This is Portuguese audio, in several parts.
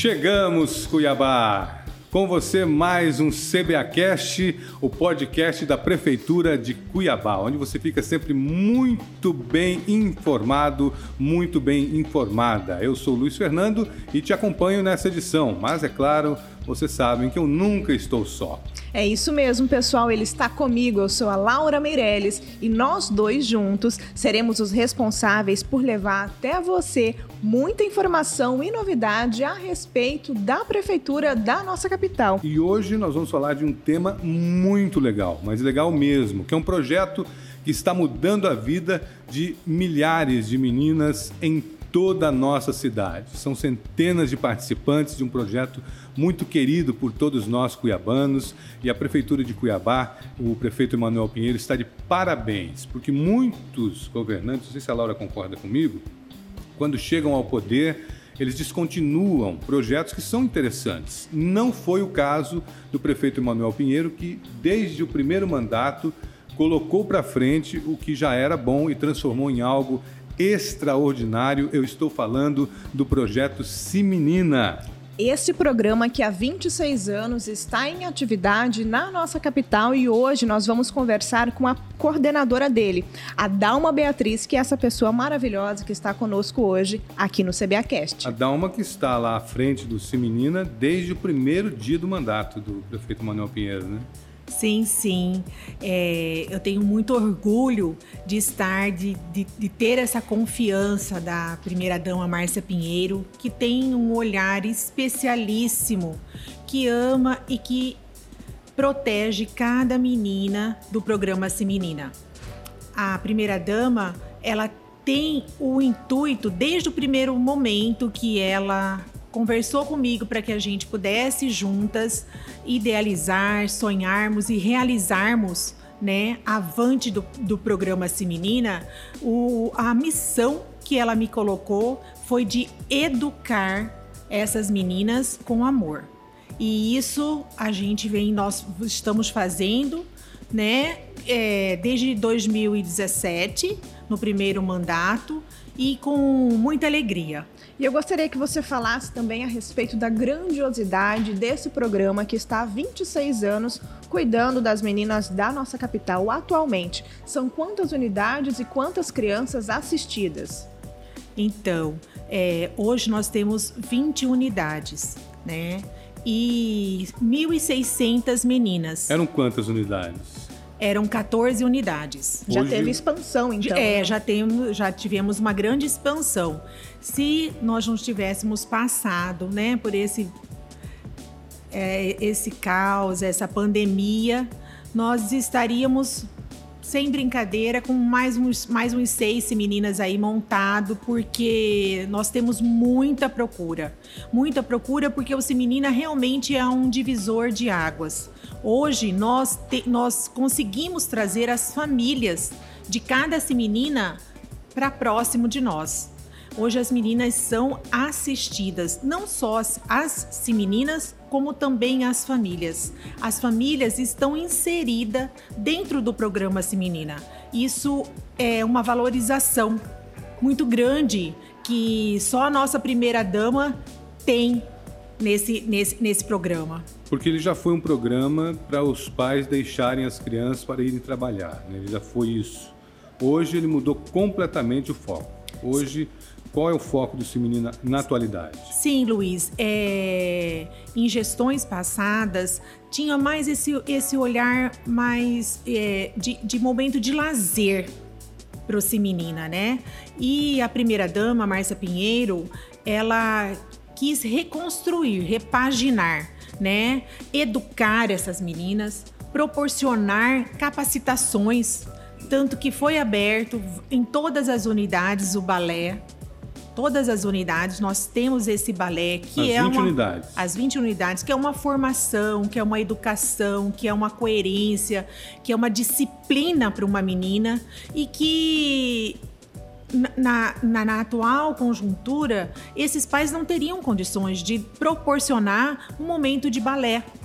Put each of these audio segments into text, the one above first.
Chegamos, Cuiabá! Com você mais um CBAcast, o podcast da Prefeitura de Cuiabá, onde você fica sempre muito bem informado, muito bem informada. Eu sou Luiz Fernando e te acompanho nessa edição, mas é claro, vocês sabem que eu nunca estou só. É isso mesmo, pessoal, ele está comigo, eu sou a Laura Meirelles e nós dois juntos seremos os responsáveis por levar até você muita informação e novidade a respeito da Prefeitura da nossa capital. E hoje nós vamos falar de um tema muito legal, mas legal mesmo, que é um projeto que está mudando a vida de milhares de meninas em toda a nossa cidade. São centenas de participantes de um projeto muito querido por todos nós cuiabanos, e a Prefeitura de Cuiabá, o prefeito Emanuel Pinheiro, está de parabéns, porque muitos governantes, não sei se a Laura concorda comigo, quando chegam ao poder, eles descontinuam projetos que são interessantes. Não foi o caso do prefeito Emanuel Pinheiro, que desde o primeiro mandato colocou para frente o que já era bom e transformou em algo extraordinário. Eu estou falando do projeto Simenina. Esse programa que há 26 anos está em atividade na nossa capital e hoje nós vamos conversar com a coordenadora dele, a Dalma Beatriz, que é essa pessoa maravilhosa que está conosco hoje aqui no CBAcast. A Dalma que está lá à frente do Simenina desde o primeiro dia do mandato do prefeito Emanuel Pinheiro, né? Sim. Eu tenho muito orgulho de estar, de ter essa confiança da primeira-dama Márcia Pinheiro, que tem um olhar especialíssimo, que ama e que protege cada menina do programa Simenina. A primeira-dama, ela tem o intuito, desde o primeiro momento que ela conversou comigo para que a gente pudesse juntas idealizar, sonharmos e realizarmos, né, avante do programa Simenina. A missão que ela me colocou foi de educar essas meninas com amor. E isso nós estamos fazendo, né, desde 2017, no primeiro mandato, e com muita alegria. E eu gostaria que você falasse também a respeito da grandiosidade desse programa que está há 26 anos cuidando das meninas da nossa capital atualmente. São quantas unidades e quantas crianças assistidas? Então, hoje nós temos 20 unidades, né? E 1.600 meninas. Eram quantas unidades? Eram 14 unidades. Já teve expansão, então? Já tivemos uma grande expansão. Se nós não tivéssemos passado, né, por esse caos, essa pandemia, nós estaríamos, sem brincadeira, com mais uns 6 meninas aí montado, porque nós temos muita procura. Muita procura, porque o Simenina realmente é um divisor de águas. Hoje, nós conseguimos trazer as famílias de cada Simenina para próximo de nós. Hoje, as meninas são assistidas, não só as Simeninas, como também as famílias. As famílias estão inseridas dentro do programa Simenina. Isso é uma valorização muito grande que só a nossa primeira-dama tem nesse programa. Porque ele já foi um programa para os pais deixarem as crianças para irem trabalhar, né? Ele já foi isso. Hoje ele mudou completamente o foco. Hoje, qual é o foco do Simenina na atualidade? Sim, Luiz. Em gestões passadas, tinha mais esse olhar mais de momento de lazer para o Simenina, né? E a primeira-dama, Márcia Pinheiro, ela quis reconstruir, repaginar, né? Educar essas meninas, proporcionar capacitações, tanto que foi aberto em todas as unidades o balé. Todas as unidades nós temos esse balé, que as 20 unidades, que é uma formação, que é uma educação, que é uma coerência, que é uma disciplina para uma menina, e que na atual conjuntura, esses pais não teriam condições de proporcionar um momento de balé.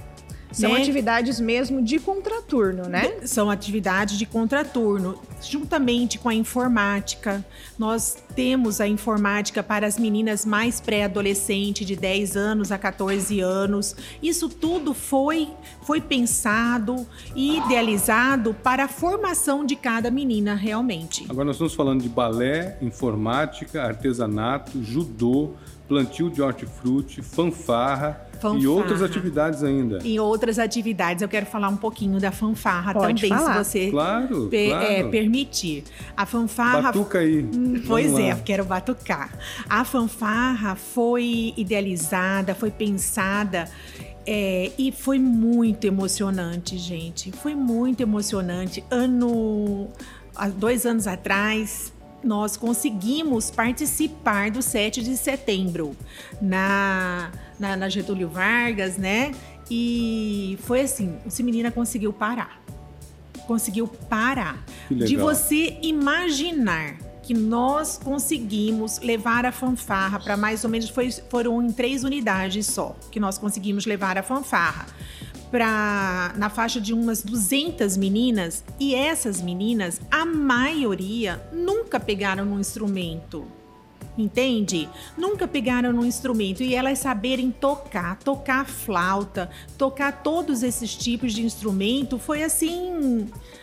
São atividades mesmo de contraturno, né? São atividades de contraturno, juntamente com a informática. Nós temos a informática para as meninas mais pré-adolescentes, de 10 anos a 14 anos. Isso tudo foi pensado e idealizado para a formação de cada menina, realmente. Agora nós estamos falando de balé, informática, artesanato, judô, plantio de hortifruti, fanfarra. E outras atividades ainda. E outras atividades. Eu quero falar um pouquinho da fanfarra também, falar. se você claro. permitir. A fanfarra... Batuca aí. Pois é, eu quero batucar. A fanfarra foi idealizada, foi pensada... e foi muito emocionante, gente. Foi muito emocionante. 2 anos atrás... nós conseguimos participar do 7 de setembro na Getúlio Vargas, né? E foi assim, essa menina conseguiu parar. De você imaginar que nós conseguimos levar a fanfarra para mais ou menos, foram em 3 unidades só, que nós conseguimos levar a fanfarra. Na faixa de umas 200 meninas, e essas meninas, a maioria, nunca pegaram no instrumento, entende? Nunca pegaram no instrumento, e elas saberem tocar flauta, tocar todos esses tipos de instrumento, foi assim...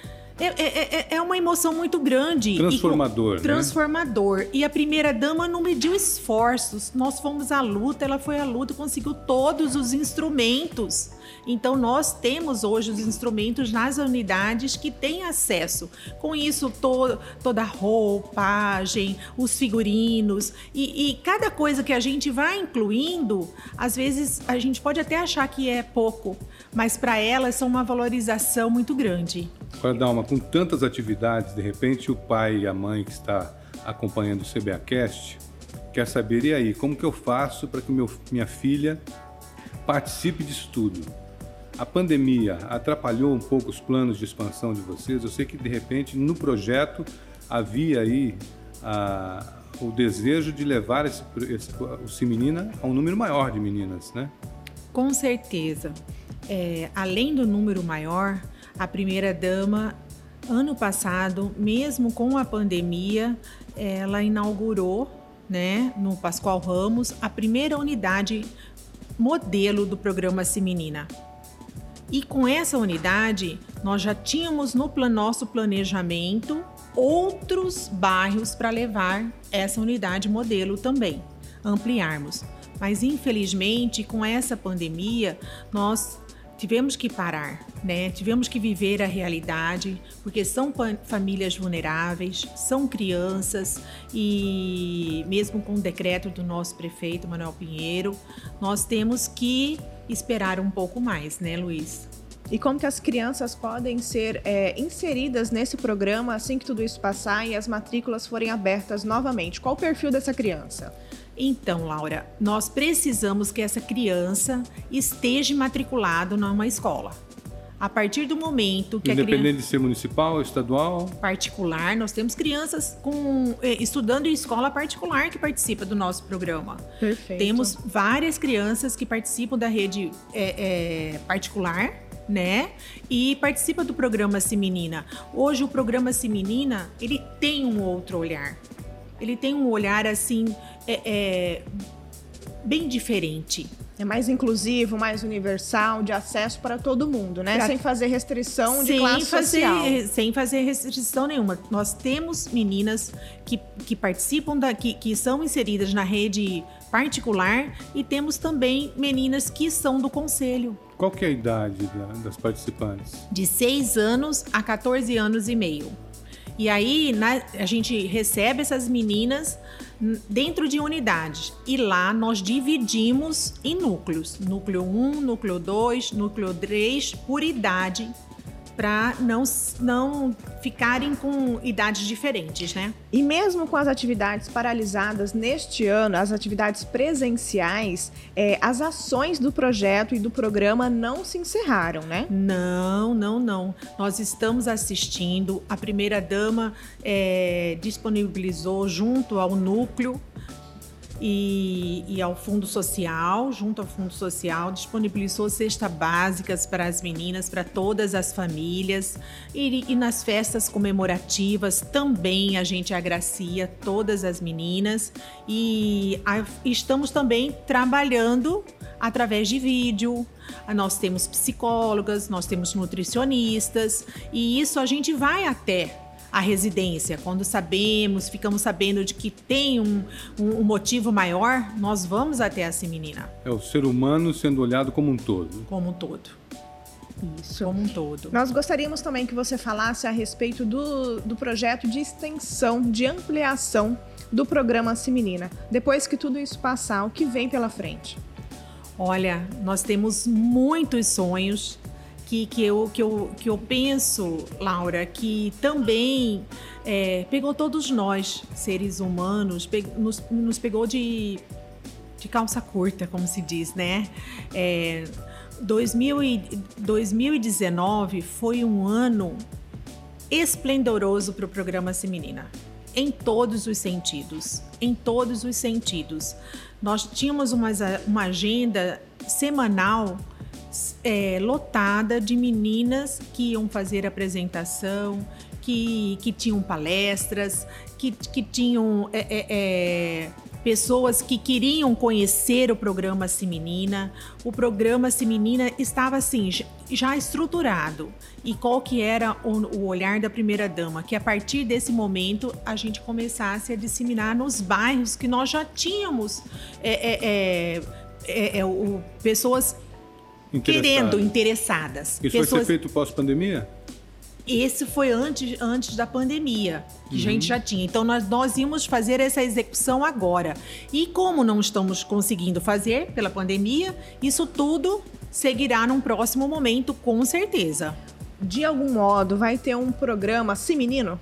É uma emoção muito grande. Transformador, Transformador. E a primeira-dama não mediu esforços. Nós fomos à luta, ela foi à luta, conseguiu todos os instrumentos. Então, nós temos hoje os instrumentos nas unidades que têm acesso. Com isso, toda a roupagem, os figurinos e cada coisa que a gente vai incluindo, às vezes a gente pode até achar que é pouco, mas para elas são uma valorização muito grande. Agora, Dalma, com tantas atividades, de repente o pai e a mãe que está acompanhando o CBAcast quer saber, e aí, como que eu faço para que minha filha participe disso tudo? A pandemia atrapalhou um pouco os planos de expansão de vocês? Eu sei que, de repente, no projeto havia aí o desejo de levar o Simenina a um número maior de meninas, né? Com certeza. Além do número maior, a primeira-dama, ano passado, mesmo com a pandemia, ela inaugurou, né, no Pascoal Ramos, a primeira unidade modelo do programa Simenina. E com essa unidade, nós já tínhamos no nosso planejamento outros bairros para levar essa unidade modelo também, ampliarmos. Mas, infelizmente, com essa pandemia, nós tivemos que parar, né? Tivemos que viver a realidade, porque são famílias vulneráveis, são crianças, e mesmo com o decreto do nosso prefeito, Manuel Pinheiro, nós temos que esperar um pouco mais, né, Luiz? E como que as crianças podem ser inseridas nesse programa assim que tudo isso passar e as matrículas forem abertas novamente? Qual o perfil dessa criança? Então, Laura, nós precisamos que essa criança esteja matriculada numa escola. A partir do momento que independente de ser municipal, estadual? Particular, nós temos crianças estudando em escola particular que participa do nosso programa. Perfeito. Temos várias crianças que participam da rede particular, né? E participa do programa Simenina. Hoje o programa Simenina, ele tem um outro olhar. Ele tem um olhar assim, bem diferente. É mais inclusivo, mais universal, de acesso para todo mundo, né? Sem fazer restrição de classe social. Sem fazer restrição nenhuma. Nós temos meninas que participam, que são inseridas na rede particular, e temos também meninas que são do conselho. Qual que é a idade das participantes? De 6 anos a 14 anos e meio. E aí, a gente recebe essas meninas dentro de unidades. E lá nós dividimos em núcleos. Núcleo 1, núcleo 2, núcleo 3, por idade, para não ficarem com idades diferentes, né? E mesmo com as atividades paralisadas neste ano, as atividades presenciais, as ações do projeto e do programa não se encerraram, né? Não. Nós estamos assistindo. A primeira-dama disponibilizou junto ao núcleo e ao Fundo Social, junto ao Fundo Social, disponibilizou cestas básicas para as meninas, para todas as famílias, e nas festas comemorativas também a gente agracia todas as meninas, e estamos também trabalhando através de vídeo. Nós temos psicólogas, nós temos nutricionistas, e isso a gente vai até a residência. Quando ficamos sabendo de que tem um motivo maior, nós vamos até essa menina. É o ser humano sendo olhado como um todo. Como um todo. Isso. Como um todo. Nós gostaríamos também que você falasse a respeito do projeto de extensão, de ampliação do programa Menina. Depois que tudo isso passar, o que vem pela frente? Olha, nós temos muitos sonhos que eu penso, Laura, que também pegou todos nós, seres humanos, nos pegou de calça curta, como se diz, né? 2019 foi um ano esplendoroso para o programa Menina, em todos os sentidos, Nós tínhamos uma agenda semanal lotada de meninas que iam fazer apresentação, que tinham palestras, que tinham pessoas que queriam conhecer o programa Menina. O programa Menina estava assim, já estruturado. E qual que era o olhar da primeira-dama? Que a partir desse momento a gente começasse a disseminar nos bairros que nós já tínhamos pessoas interessadas. Isso vai ser feito pós-pandemia? Esse foi antes da pandemia, que a gente já tinha. Então, nós íamos fazer essa execução agora. E como não estamos conseguindo fazer pela pandemia, isso tudo seguirá num próximo momento, com certeza. De algum modo, vai ter um programa Menino?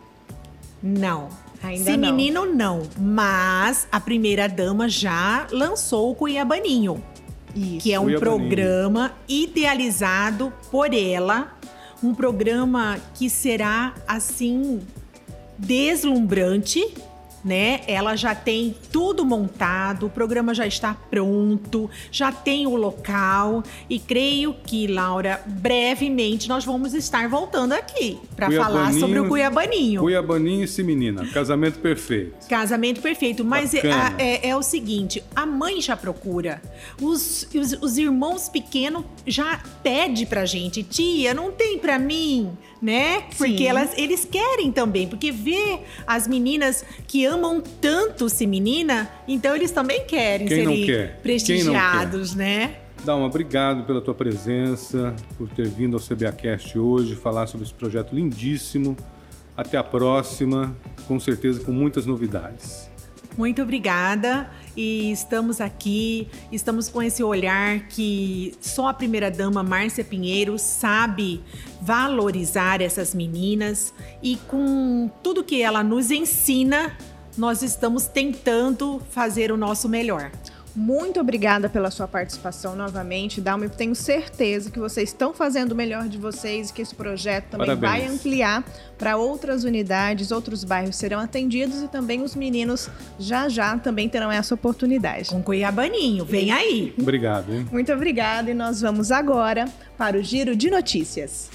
Não. Ainda Menino não. Mas a primeira-dama já lançou o Cuiabaninho. Isso. Que é um programa idealizado por ela, um programa que será, assim, deslumbrante, né? Ela já tem tudo montado, o programa já está pronto, já tem o local e creio que, Laura, brevemente nós vamos estar voltando aqui para falar sobre o Cuiabaninho. Cuiabaninho e Menina, casamento perfeito. Casamento perfeito, mas é o seguinte, a mãe já procura, os irmãos pequenos já pedem pra gente, tia, não tem pra mim, né? Porque eles querem também, porque vê as meninas que amam tanto Menina, então eles também querem serem prestigiados, né? Dalma, obrigado pela tua presença, por ter vindo ao CBAcast hoje, falar sobre esse projeto lindíssimo. Até a próxima, com certeza com muitas novidades. Muito obrigada, e estamos aqui, estamos com esse olhar que só a primeira-dama Márcia Pinheiro sabe valorizar essas meninas, e com tudo que ela nos ensina, nós estamos tentando fazer o nosso melhor. Muito obrigada pela sua participação novamente, Dalma. Eu tenho certeza que vocês estão fazendo o melhor de vocês e que esse projeto também vai ampliar para outras unidades, outros bairros serão atendidos e também os meninos já também terão essa oportunidade. Com Cuiabaninho, vem aí! Obrigado, hein? Muito obrigada, e nós vamos agora para o Giro de Notícias.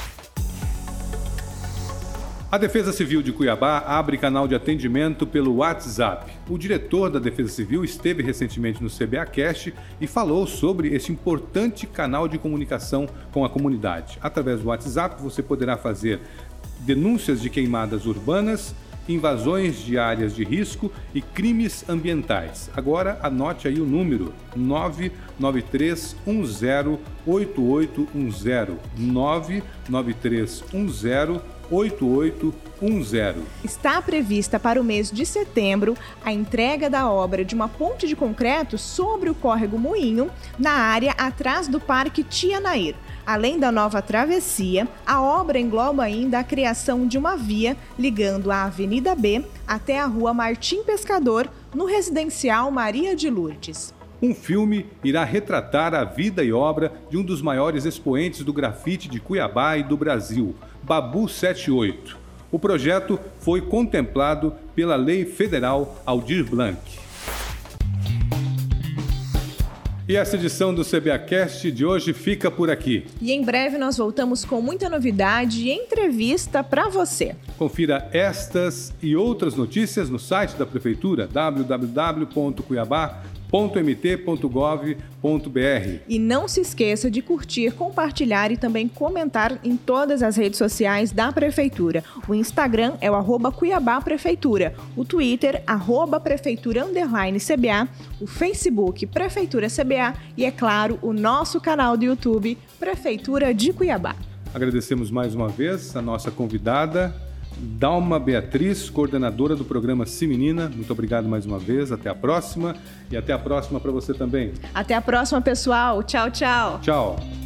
A Defesa Civil de Cuiabá abre canal de atendimento pelo WhatsApp. O diretor da Defesa Civil esteve recentemente no CBAcast e falou sobre esse importante canal de comunicação com a comunidade. Através do WhatsApp, você poderá fazer denúncias de queimadas urbanas, invasões de áreas de risco e crimes ambientais. Agora, anote aí o número: 993108810. 993108810. Está prevista para o mês de setembro a entrega da obra de uma ponte de concreto sobre o córrego Moinho, na área atrás do Parque Tia Nair. Além da nova travessia, a obra engloba ainda a criação de uma via ligando a Avenida B até a Rua Martim Pescador, no residencial Maria de Lourdes. Um filme irá retratar a vida e obra de um dos maiores expoentes do grafite de Cuiabá e do Brasil, Babu 78. O projeto foi contemplado pela Lei Federal Aldir Blanc. E essa edição do CBAcast de hoje fica por aqui. E em breve nós voltamos com muita novidade e entrevista para você. Confira estas e outras notícias no site da Prefeitura, www.cuiabá.mt.gov.br. E não se esqueça de curtir, compartilhar e também comentar em todas as redes sociais da Prefeitura. O Instagram é o @CuiabáPrefeitura, o Twitter, @Prefeitura_CBA, o Facebook Prefeitura CBA e, é claro, o nosso canal do YouTube Prefeitura de Cuiabá. Agradecemos mais uma vez a nossa convidada, Dalma Beatriz, coordenadora do programa Sim Menina. Muito obrigado mais uma vez, até a próxima e até a próxima para você também. Até a próxima, pessoal. Tchau, tchau. Tchau.